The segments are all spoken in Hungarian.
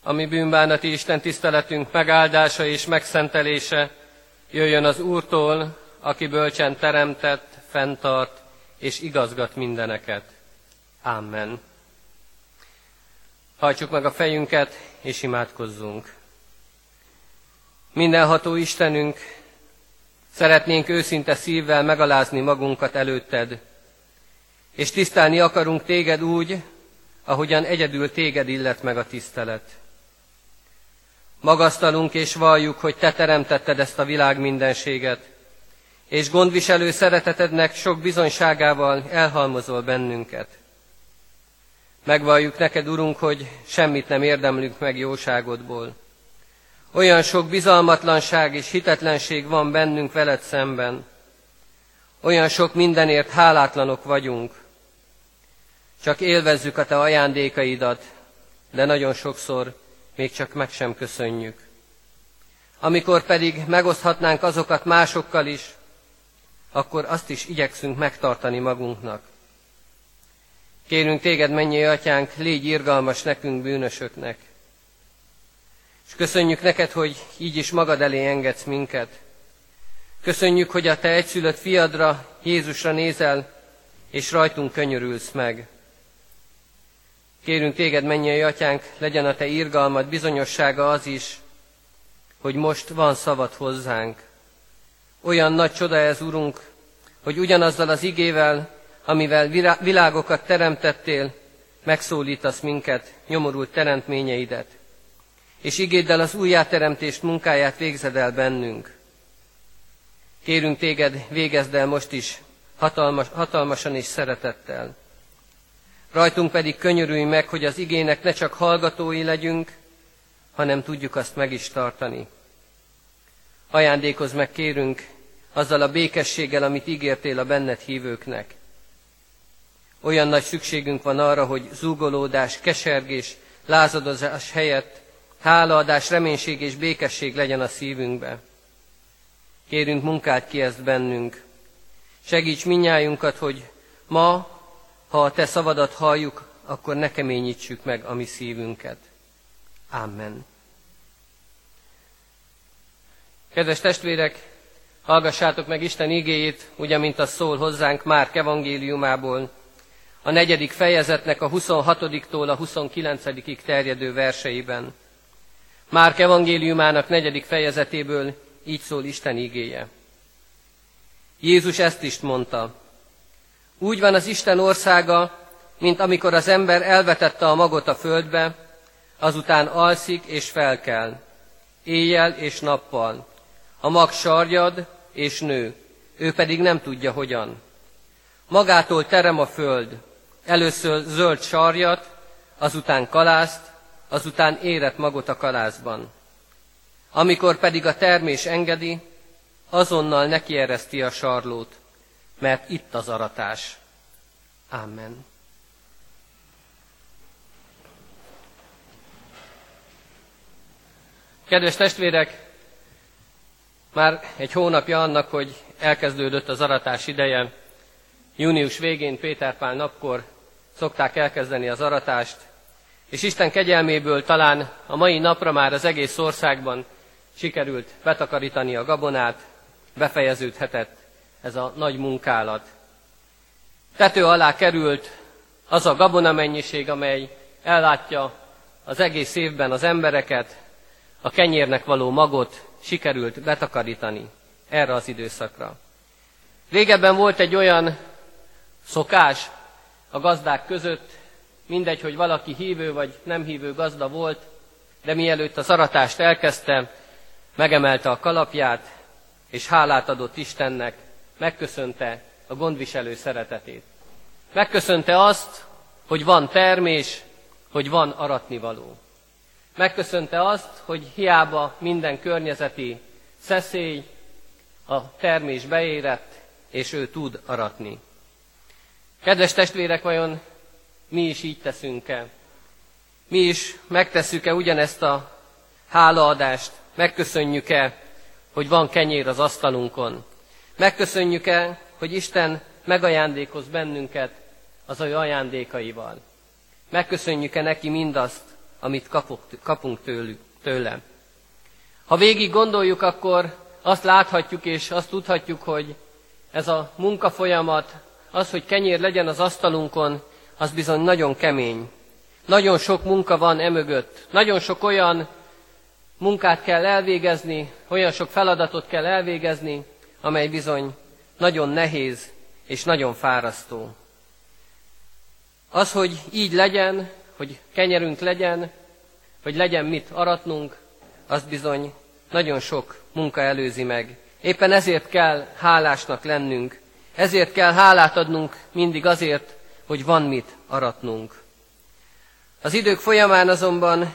A mi bűnbánati Isten tiszteletünk megáldása és megszentelése jöjjön az Úrtól, aki bölcsen teremtett, fenntart és igazgat mindeneket. Amen. Hajtsuk meg a fejünket, és imádkozzunk. Mindenható Istenünk, szeretnénk őszinte szívvel megalázni magunkat előtted, és tisztelni akarunk téged úgy, ahogyan egyedül téged illet meg a tisztelet. Magasztalunk és valljuk, hogy te teremtetted ezt a világ mindenséget, és gondviselő szeretetednek sok bizonyságával elhalmozol bennünket. Megvalljuk neked, Urunk, hogy semmit nem érdemlünk meg jóságodból. Olyan sok bizalmatlanság és hitetlenség van bennünk veled szemben. Olyan sok mindenért hálátlanok vagyunk. Csak élvezzük a te ajándékaidat, de nagyon sokszor még csak meg sem köszönjük. Amikor pedig megoszthatnánk azokat másokkal is, akkor azt is igyekszünk megtartani magunknak. Kérünk téged, mennyei atyánk, légy irgalmas nekünk bűnösöknek. És köszönjük neked, hogy így is magad elé engedsz minket. Köszönjük, hogy a te egyszülött fiadra, Jézusra nézel, és rajtunk könyörülsz meg. Kérünk téged, mennyei atyánk, legyen a te irgalmad bizonyossága az is, hogy most van szavad hozzánk. Olyan nagy csoda ez, Urunk, hogy ugyanazzal az igével, amivel világokat teremtettél, megszólítasz minket, nyomorult teremtményeidet, és igéddel az újjáteremtést munkáját végzed el bennünk. Kérünk téged, végezd el most is hatalmasan és szeretettel. Rajtunk pedig könyörülj meg, hogy az igének ne csak hallgatói legyünk, hanem tudjuk azt meg is tartani. Ajándékozz meg, kérünk, azzal a békességgel, amit ígértél a benned hívőknek. Olyan nagy szükségünk van arra, hogy zúgolódás, kesergés, lázadozás helyett hálaadás, reménység és békesség legyen a szívünkbe. Kérünk, munkáld ki ezt bennünk. Segíts mindnyájunkat, hogy ma, ha a te szavadat halljuk, akkor ne keményítsük meg a mi szívünket. Amen. Kedves testvérek, hallgassátok meg Isten igéjét, ugye, mint az szól hozzánk Márk evangéliumából, a 4. fejezetnek a 26-tól a 29-ig terjedő verseiben. Márk evangéliumának 4. fejezetéből így szól Isten igéje. Jézus ezt is mondta: úgy van az Isten országa, mint amikor az ember elvetette a magot a földbe, azután alszik és felkel, éjjel és nappal. A mag sarjad és nő, ő pedig nem tudja hogyan. Magától terem a föld, először zöld sarjat, azután kalászt, azután érett magot a kalászban. Amikor pedig a termés engedi, azonnal nekiereszti a sarlót, mert itt az aratás. Amen. Kedves testvérek, már egy hónapja annak, hogy elkezdődött az aratás ideje. Június végén, Péter Pál napkor szokták elkezdeni az aratást, és Isten kegyelméből talán a mai napra már az egész országban sikerült betakarítani a gabonát, befejeződhetett ez a nagy munkálat. Tető alá került az a gabonamennyiség, amely ellátja az egész évben az embereket, a kenyérnek való magot sikerült betakarítani erre az időszakra. Régebben volt egy olyan szokás a gazdák között, mindegy, hogy valaki hívő vagy nem hívő gazda volt, de mielőtt az aratást elkezdte, megemelte a kalapját, és hálát adott Istennek, megköszönte a gondviselő szeretetét. Megköszönte azt, hogy van termés, hogy van aratnivaló. Megköszönte azt, hogy hiába minden környezeti szeszély, a termés beérett, és ő tud aratni. Kedves testvérek, vajon mi is így teszünk-e? Mi is megtesszük-e ugyanezt a hálaadást? Megköszönjük-e, hogy van kenyér az asztalunkon? Megköszönjük-e, hogy Isten megajándékoz bennünket az ő ajándékaival? Megköszönjük-e neki mindazt, amit kapunk tőle. Ha végig gondoljuk, akkor azt láthatjuk és azt tudhatjuk, hogy ez a munkafolyamat, az, hogy kenyér legyen az asztalunkon, az bizony nagyon kemény. Nagyon sok munka van emögött. Nagyon sok olyan munkát kell elvégezni, olyan sok feladatot kell elvégezni, amely bizony nagyon nehéz és nagyon fárasztó. Az, hogy így legyen, hogy kenyerünk legyen, hogy legyen mit aratnunk, az bizony nagyon sok munka előzi meg. Éppen ezért kell hálásnak lennünk, ezért kell hálát adnunk mindig azért, hogy van mit aratnunk. Az idők folyamán azonban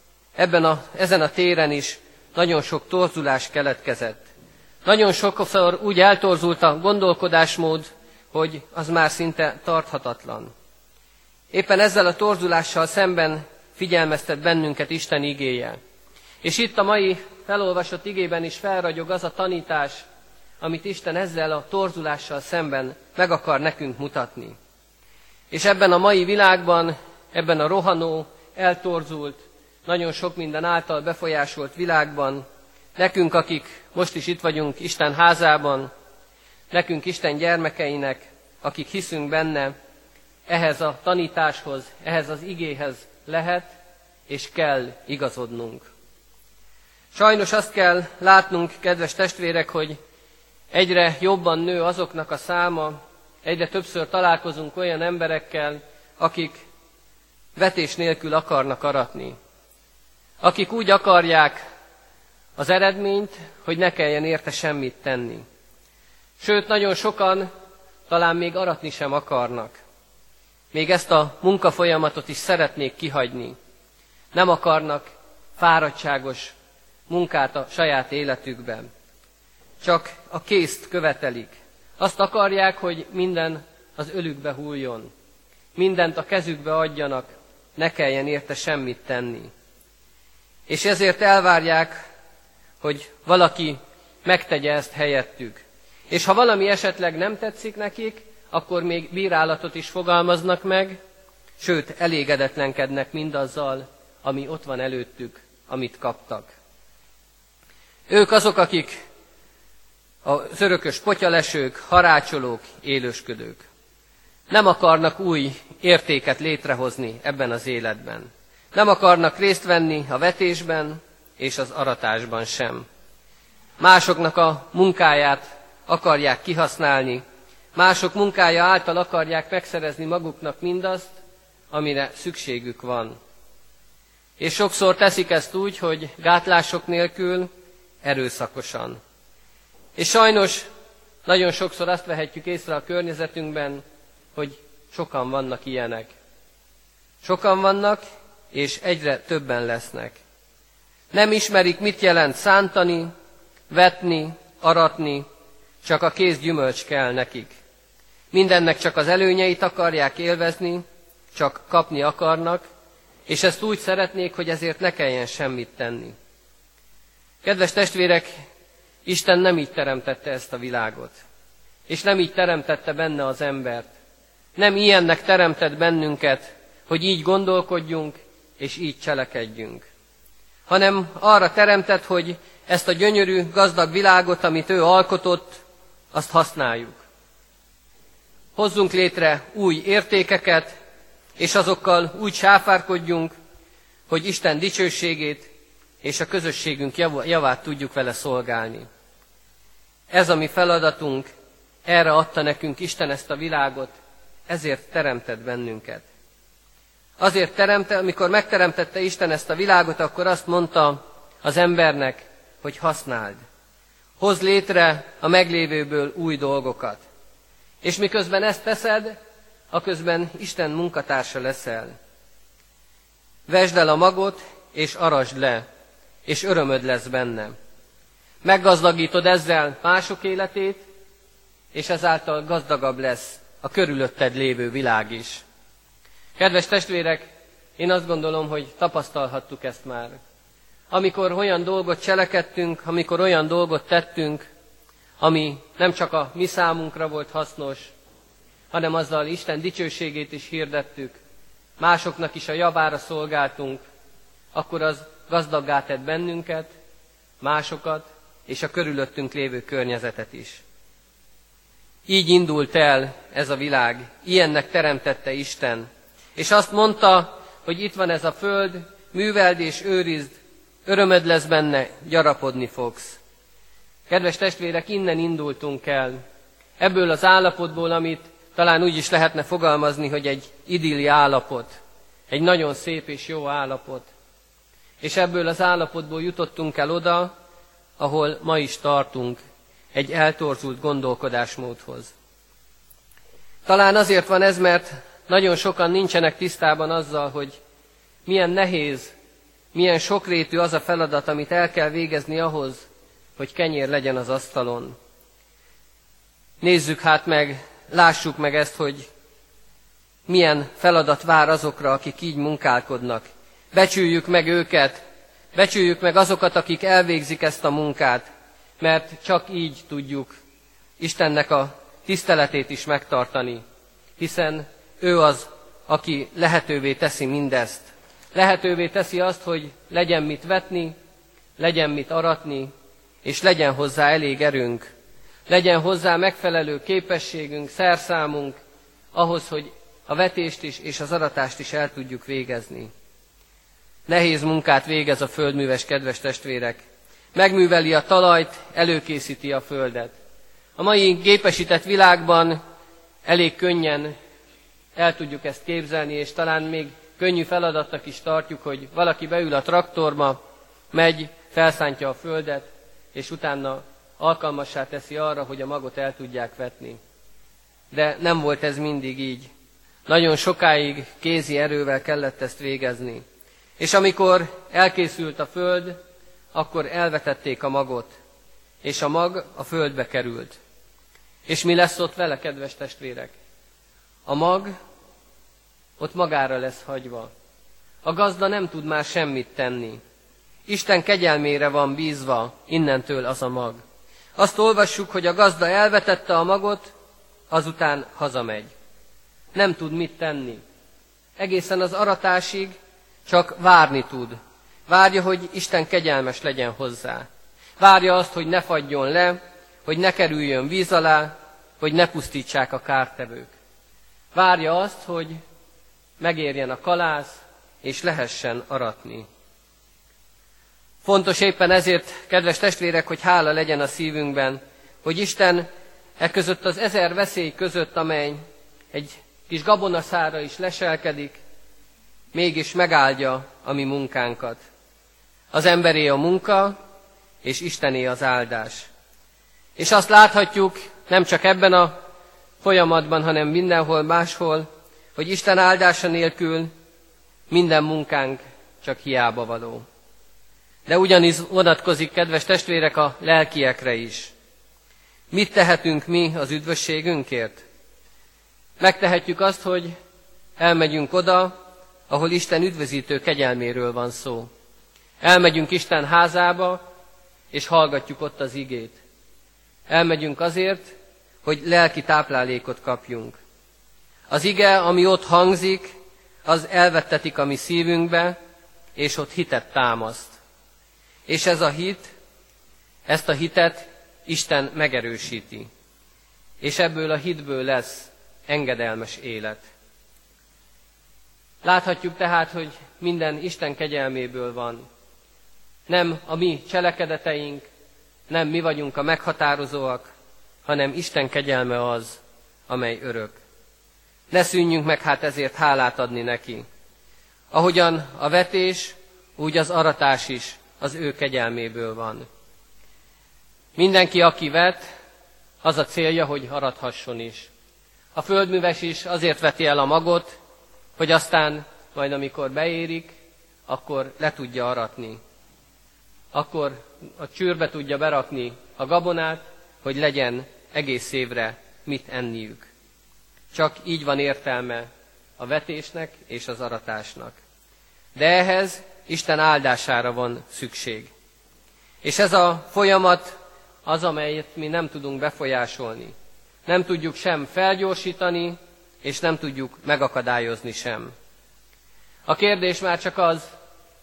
ezen a téren is nagyon sok torzulás keletkezett. Nagyon sokszor úgy eltorzult a gondolkodásmód, hogy az már szinte tarthatatlan. Éppen ezzel a torzulással szemben figyelmeztet bennünket Isten igéje. És itt a mai felolvasott igében is felragyog az a tanítás, amit Isten ezzel a torzulással szemben meg akar nekünk mutatni. És ebben a mai világban, ebben a rohanó, eltorzult, nagyon sok minden által befolyásolt világban, nekünk, akik most is itt vagyunk Isten házában, nekünk Isten gyermekeinek, akik hiszünk benne, ehhez a tanításhoz, ehhez az igéhez lehet és kell igazodnunk. Sajnos azt kell látnunk, kedves testvérek, hogy egyre jobban nő azoknak a száma, egyre többször találkozunk olyan emberekkel, akik vetés nélkül akarnak aratni. Akik úgy akarják az eredményt, hogy ne kelljen érte semmit tenni. Sőt, nagyon sokan talán még aratni sem akarnak. Még ezt a munkafolyamatot is szeretnék kihagyni. Nem akarnak fáradtságos munkát a saját életükben. Csak a készt követelik. Azt akarják, hogy minden az ölükbe hulljon. Mindent a kezükbe adjanak, ne kelljen érte semmit tenni. És ezért elvárják, hogy valaki megtegye ezt helyettük. És ha valami esetleg nem tetszik nekik, akkor még bírálatot is fogalmaznak meg, sőt, elégedetlenkednek mindazzal, ami ott van előttük, amit kaptak. Ők azok, akik az örökös potyalesők, harácsolók, élősködők. Nem akarnak új értéket létrehozni ebben az életben. Nem akarnak részt venni a vetésben és az aratásban sem. Másoknak a munkáját akarják kihasználni, mások munkája által akarják megszerezni maguknak mindazt, amire szükségük van. És sokszor teszik ezt úgy, hogy gátlások nélkül, erőszakosan. És sajnos nagyon sokszor azt vehetjük észre a környezetünkben, hogy sokan vannak ilyenek. Sokan vannak, és egyre többen lesznek. Nem ismerik, mit jelent szántani, vetni, aratni, csak a kész gyümölcs kell nekik. Mindennek csak az előnyeit akarják élvezni, csak kapni akarnak, és ezt úgy szeretnék, hogy ezért ne kelljen semmit tenni. Kedves testvérek, Isten nem így teremtette ezt a világot, és nem így teremtette benne az embert. Nem ilyennek teremtett bennünket, hogy így gondolkodjunk, és így cselekedjünk. Hanem arra teremtett, hogy ezt a gyönyörű, gazdag világot, amit ő alkotott, azt használjuk. Hozzunk létre új értékeket, és azokkal úgy sáfárkodjunk, hogy Isten dicsőségét és a közösségünk javát tudjuk vele szolgálni. Ez a mi feladatunk, erre adta nekünk Isten ezt a világot, ezért teremtett bennünket. Azért teremtette, amikor megteremtette Isten ezt a világot, akkor azt mondta az embernek, hogy használd. Hozz létre a meglévőből új dolgokat. És miközben ezt teszed, aközben Isten munkatársa leszel. Vesd el a magot, és arasd le, és örömöd lesz benne. Meggazdagítod ezzel mások életét, és ezáltal gazdagabb lesz a körülötted lévő világ is. Kedves testvérek, én azt gondolom, hogy tapasztalhattuk ezt már. Amikor olyan dolgot cselekedtünk, amikor olyan dolgot tettünk, ami nem csak a mi számunkra volt hasznos, hanem azzal Isten dicsőségét is hirdettük, másoknak is a javára szolgáltunk, akkor az gazdaggá tett bennünket, másokat és a körülöttünk lévő környezetet is. Így indult el ez a világ, ilyennek teremtette Isten. És azt mondta, hogy itt van ez a föld, műveld és őrizd, örömöd lesz benne, gyarapodni fogsz. Kedves testvérek, innen indultunk el. Ebből az állapotból, amit talán úgy is lehetne fogalmazni, hogy egy idilli állapot, egy nagyon szép és jó állapot. És ebből az állapotból jutottunk el oda, ahol ma is tartunk, egy eltorzult gondolkodásmódhoz. Talán azért van ez, mert nagyon sokan nincsenek tisztában azzal, hogy milyen nehéz, milyen sokrétű az a feladat, amit el kell végezni ahhoz, hogy kenyér legyen az asztalon. Nézzük hát meg, lássuk meg ezt, hogy milyen feladat vár azokra, akik így munkálkodnak. Becsüljük meg őket, becsüljük meg azokat, akik elvégzik ezt a munkát, mert csak így tudjuk Istennek a tiszteletét is megtartani, hiszen ő az, aki lehetővé teszi mindezt. Lehetővé teszi azt, hogy legyen mit vetni, legyen mit aratni, és legyen hozzá elég erőnk, legyen hozzá megfelelő képességünk, szerszámunk, ahhoz, hogy a vetést is és az aratást is el tudjuk végezni. Nehéz munkát végez a földműves, kedves testvérek. Megműveli a talajt, előkészíti a földet. A mai gépesített világban elég könnyen el tudjuk ezt képzelni, és talán még könnyű feladatnak is tartjuk, hogy valaki beül a traktorba, megy, felszántja a földet, és utána alkalmassá teszi arra, hogy a magot el tudják vetni. De nem volt ez mindig így. Nagyon sokáig kézi erővel kellett ezt végezni. És amikor elkészült a föld, akkor elvetették a magot, és a mag a földbe került. És mi lesz ott vele, kedves testvérek? A mag ott magára lesz hagyva. A gazda nem tud már semmit tenni. Isten kegyelmére van bízva innentől az a mag. Azt olvassuk, hogy a gazda elvetette a magot, azután hazamegy. Nem tud mit tenni. Egészen az aratásig csak várni tud. Várja, hogy Isten kegyelmes legyen hozzá. Várja azt, hogy ne fagyjon le, hogy ne kerüljön víz alá, hogy ne pusztítsák a kártevők. Várja azt, hogy megérjen a kalász, és lehessen aratni. Fontos éppen ezért, kedves testvérek, hogy hála legyen a szívünkben, hogy Isten között az 1000 veszély között, amely egy kis gabonaszára is leselkedik, mégis megáldja a mi munkánkat. Az emberé a munka, és Istené az áldás. És azt láthatjuk nem csak ebben a folyamatban, hanem mindenhol máshol, hogy Isten áldása nélkül minden munkánk csak hiába való. De ugyanis vonatkozik, kedves testvérek, a lelkiekre is. Mit tehetünk mi az üdvösségünkért? Megtehetjük azt, hogy elmegyünk oda, ahol Isten üdvözítő kegyelméről van szó. Elmegyünk Isten házába, és hallgatjuk ott az igét. Elmegyünk azért, hogy lelki táplálékot kapjunk. Az ige, ami ott hangzik, az elvettetik a mi szívünkbe, és ott hitet támaszt. És ez a hit, ezt a hitet Isten megerősíti. És ebből a hitből lesz engedelmes élet. Láthatjuk tehát, hogy minden Isten kegyelméből van. Nem a mi cselekedeteink, nem mi vagyunk a meghatározóak, hanem Isten kegyelme az, amely örök. Ne szűnjünk meg hát ezért hálát adni neki. Ahogyan a vetés, úgy az aratás is az ő kegyelméből van. Mindenki, aki vet, az a célja, hogy arathasson is. A földműves is azért veti el a magot, hogy aztán majd amikor beérik, akkor le tudja aratni. Akkor a csőrbe tudja berakni a gabonát, hogy legyen egész évre mit enniük. Csak így van értelme a vetésnek és az aratásnak. De ehhez Isten áldására van szükség. És ez a folyamat az, amelyet mi nem tudunk befolyásolni. Nem tudjuk sem felgyorsítani, és nem tudjuk megakadályozni sem. A kérdés már csak az,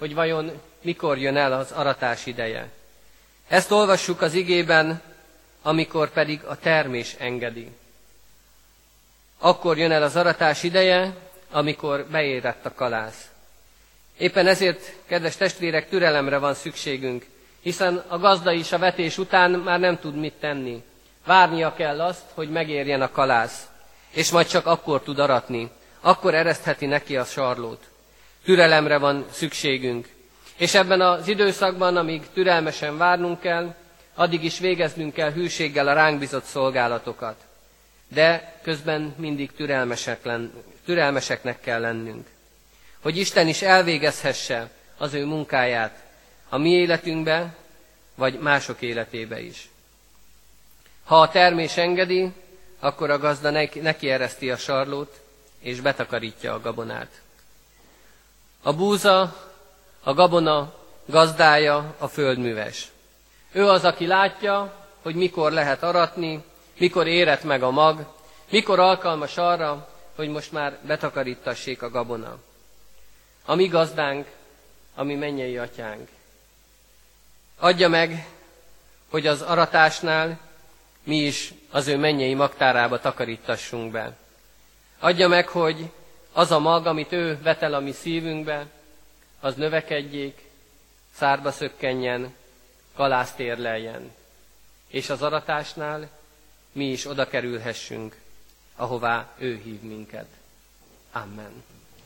hogy vajon mikor jön el az aratás ideje. Ezt olvassuk az igében, amikor pedig a termés engedi. Akkor jön el az aratás ideje, amikor beérett a kalász. Éppen ezért, kedves testvérek, türelemre van szükségünk, hiszen a gazda is a vetés után már nem tud mit tenni. Várnia kell azt, hogy megérjen a kalász, és majd csak akkor tud aratni, akkor eresztheti neki a sarlót. Türelemre van szükségünk, és ebben az időszakban, amíg türelmesen várnunk kell, addig is végeznünk kell hűséggel a ránk bizott szolgálatokat. De közben mindig türelmeseknek kell lennünk, hogy Isten is elvégezhesse az ő munkáját a mi életünkbe, vagy mások életébe is. Ha a termés engedi, akkor a gazda neki ereszti a sarlót, és betakarítja a gabonát. A búza, a gabona gazdája a földműves. Ő az, aki látja, hogy mikor lehet aratni, mikor érett meg a mag, mikor alkalmas arra, hogy most már betakarítassék a gabona. A mi gazdánk, a mi mennyei atyánk. Adja meg, hogy az aratásnál mi is az ő mennyei magtárába takarítassunk be. Adja meg, hogy az a mag, amit ő vetel a mi szívünkbe, az növekedjék, szárba szökkenjen, kalászt érleljen. És az aratásnál mi is oda kerülhessünk, ahová ő hív minket. Amen.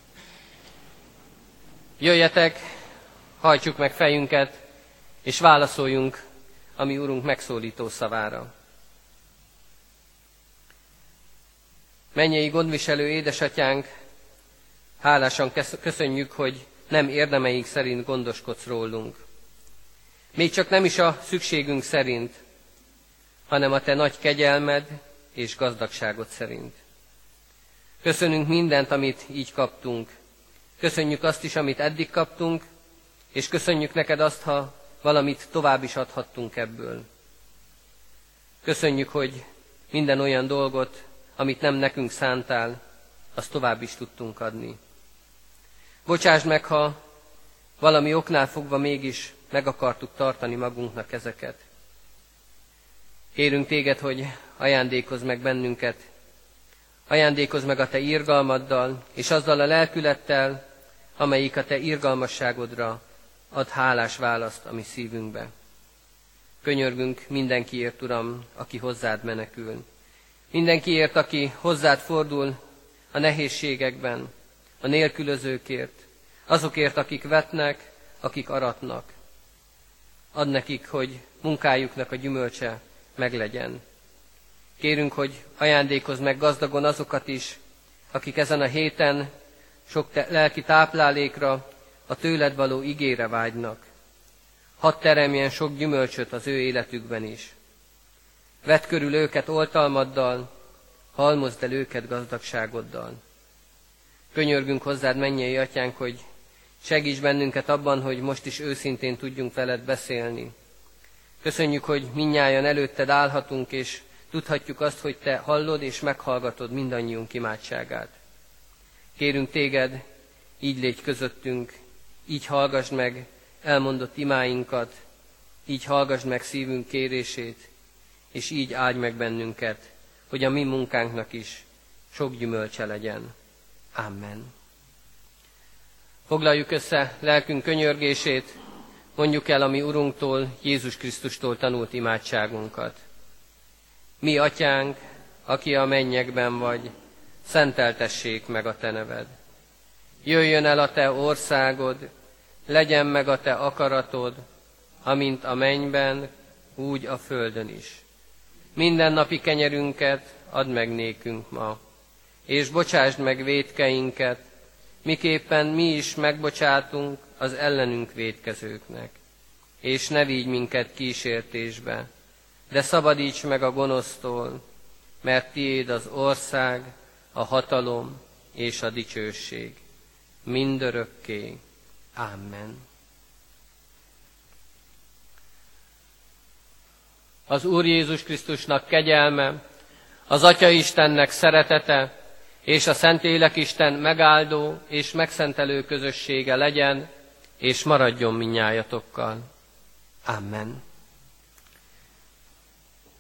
Jöjjetek, hajtsuk meg fejünket, és válaszoljunk a mi Urunk megszólító szavára. Mennyei gondviselő édesatyánk, hálásan köszönjük, hogy nem érdemeink szerint gondoskodsz rólunk. Még csak nem is a szükségünk szerint, hanem a te nagy kegyelmed és gazdagságod szerint. Köszönünk mindent, amit így kaptunk. Köszönjük azt is, amit eddig kaptunk, és köszönjük neked azt, ha valamit tovább is adhattunk ebből. Köszönjük, hogy minden olyan dolgot, amit nem nekünk szántál, azt tovább is tudtunk adni. Bocsásd meg, ha valami oknál fogva mégis meg akartuk tartani magunknak ezeket. Kérünk téged, hogy ajándékozz meg bennünket, ajándékozz meg a te irgalmaddal, és azzal a lelkülettel, amelyik a te irgalmasságodra ad hálás választ a mi szívünkbe. Könyörgünk mindenkiért, Uram, aki hozzád menekül. Mindenkiért, aki hozzád fordul a nehézségekben, a nélkülözőkért, azokért, akik vetnek, akik aratnak. Add nekik, hogy munkájuknak a gyümölcse meglegyen. Kérünk, hogy ajándékozz meg gazdagon azokat is, akik ezen a héten sok lelki táplálékra, a tőled való igére vágynak. Hadd teremjen sok gyümölcsöt az ő életükben is. Vedd körül őket oltalmaddal, halmozd el őket gazdagságoddal. Könyörgünk hozzád, mennyei atyánk, hogy segíts bennünket abban, hogy most is őszintén tudjunk veled beszélni. Köszönjük, hogy mindnyájan előtted állhatunk, és tudhatjuk azt, hogy te hallod és meghallgatod mindannyiunk imádságát. Kérünk téged, így légy közöttünk, így hallgasd meg elmondott imáinkat, így hallgasd meg szívünk kérését, és így áldj meg bennünket, hogy a mi munkánknak is sok gyümölcse legyen. Amen. Foglaljuk össze lelkünk könyörgését, mondjuk el a mi Urunktól, Jézus Krisztustól tanult imádságunkat. Mi atyánk, aki a mennyekben vagy, szenteltessék meg a te neved. Jöjjön el a te országod, legyen meg a te akaratod, amint a mennyben, úgy a földön is. Mindennapi kenyerünket add meg nékünk ma, és bocsásd meg vétkeinket, miképpen mi is megbocsátunk az ellenünk vétkezőknek. És ne vigy minket kísértésbe, de szabadíts meg a gonosztól, mert tiéd az ország, a hatalom és a dicsőség. Mindörökké. Amen. Az Úr Jézus Krisztusnak kegyelme, az Atya Istennek szeretete, és a Szentlélek Isten megáldó és megszentelő közössége legyen és maradjon minnyájatokkal. Amen.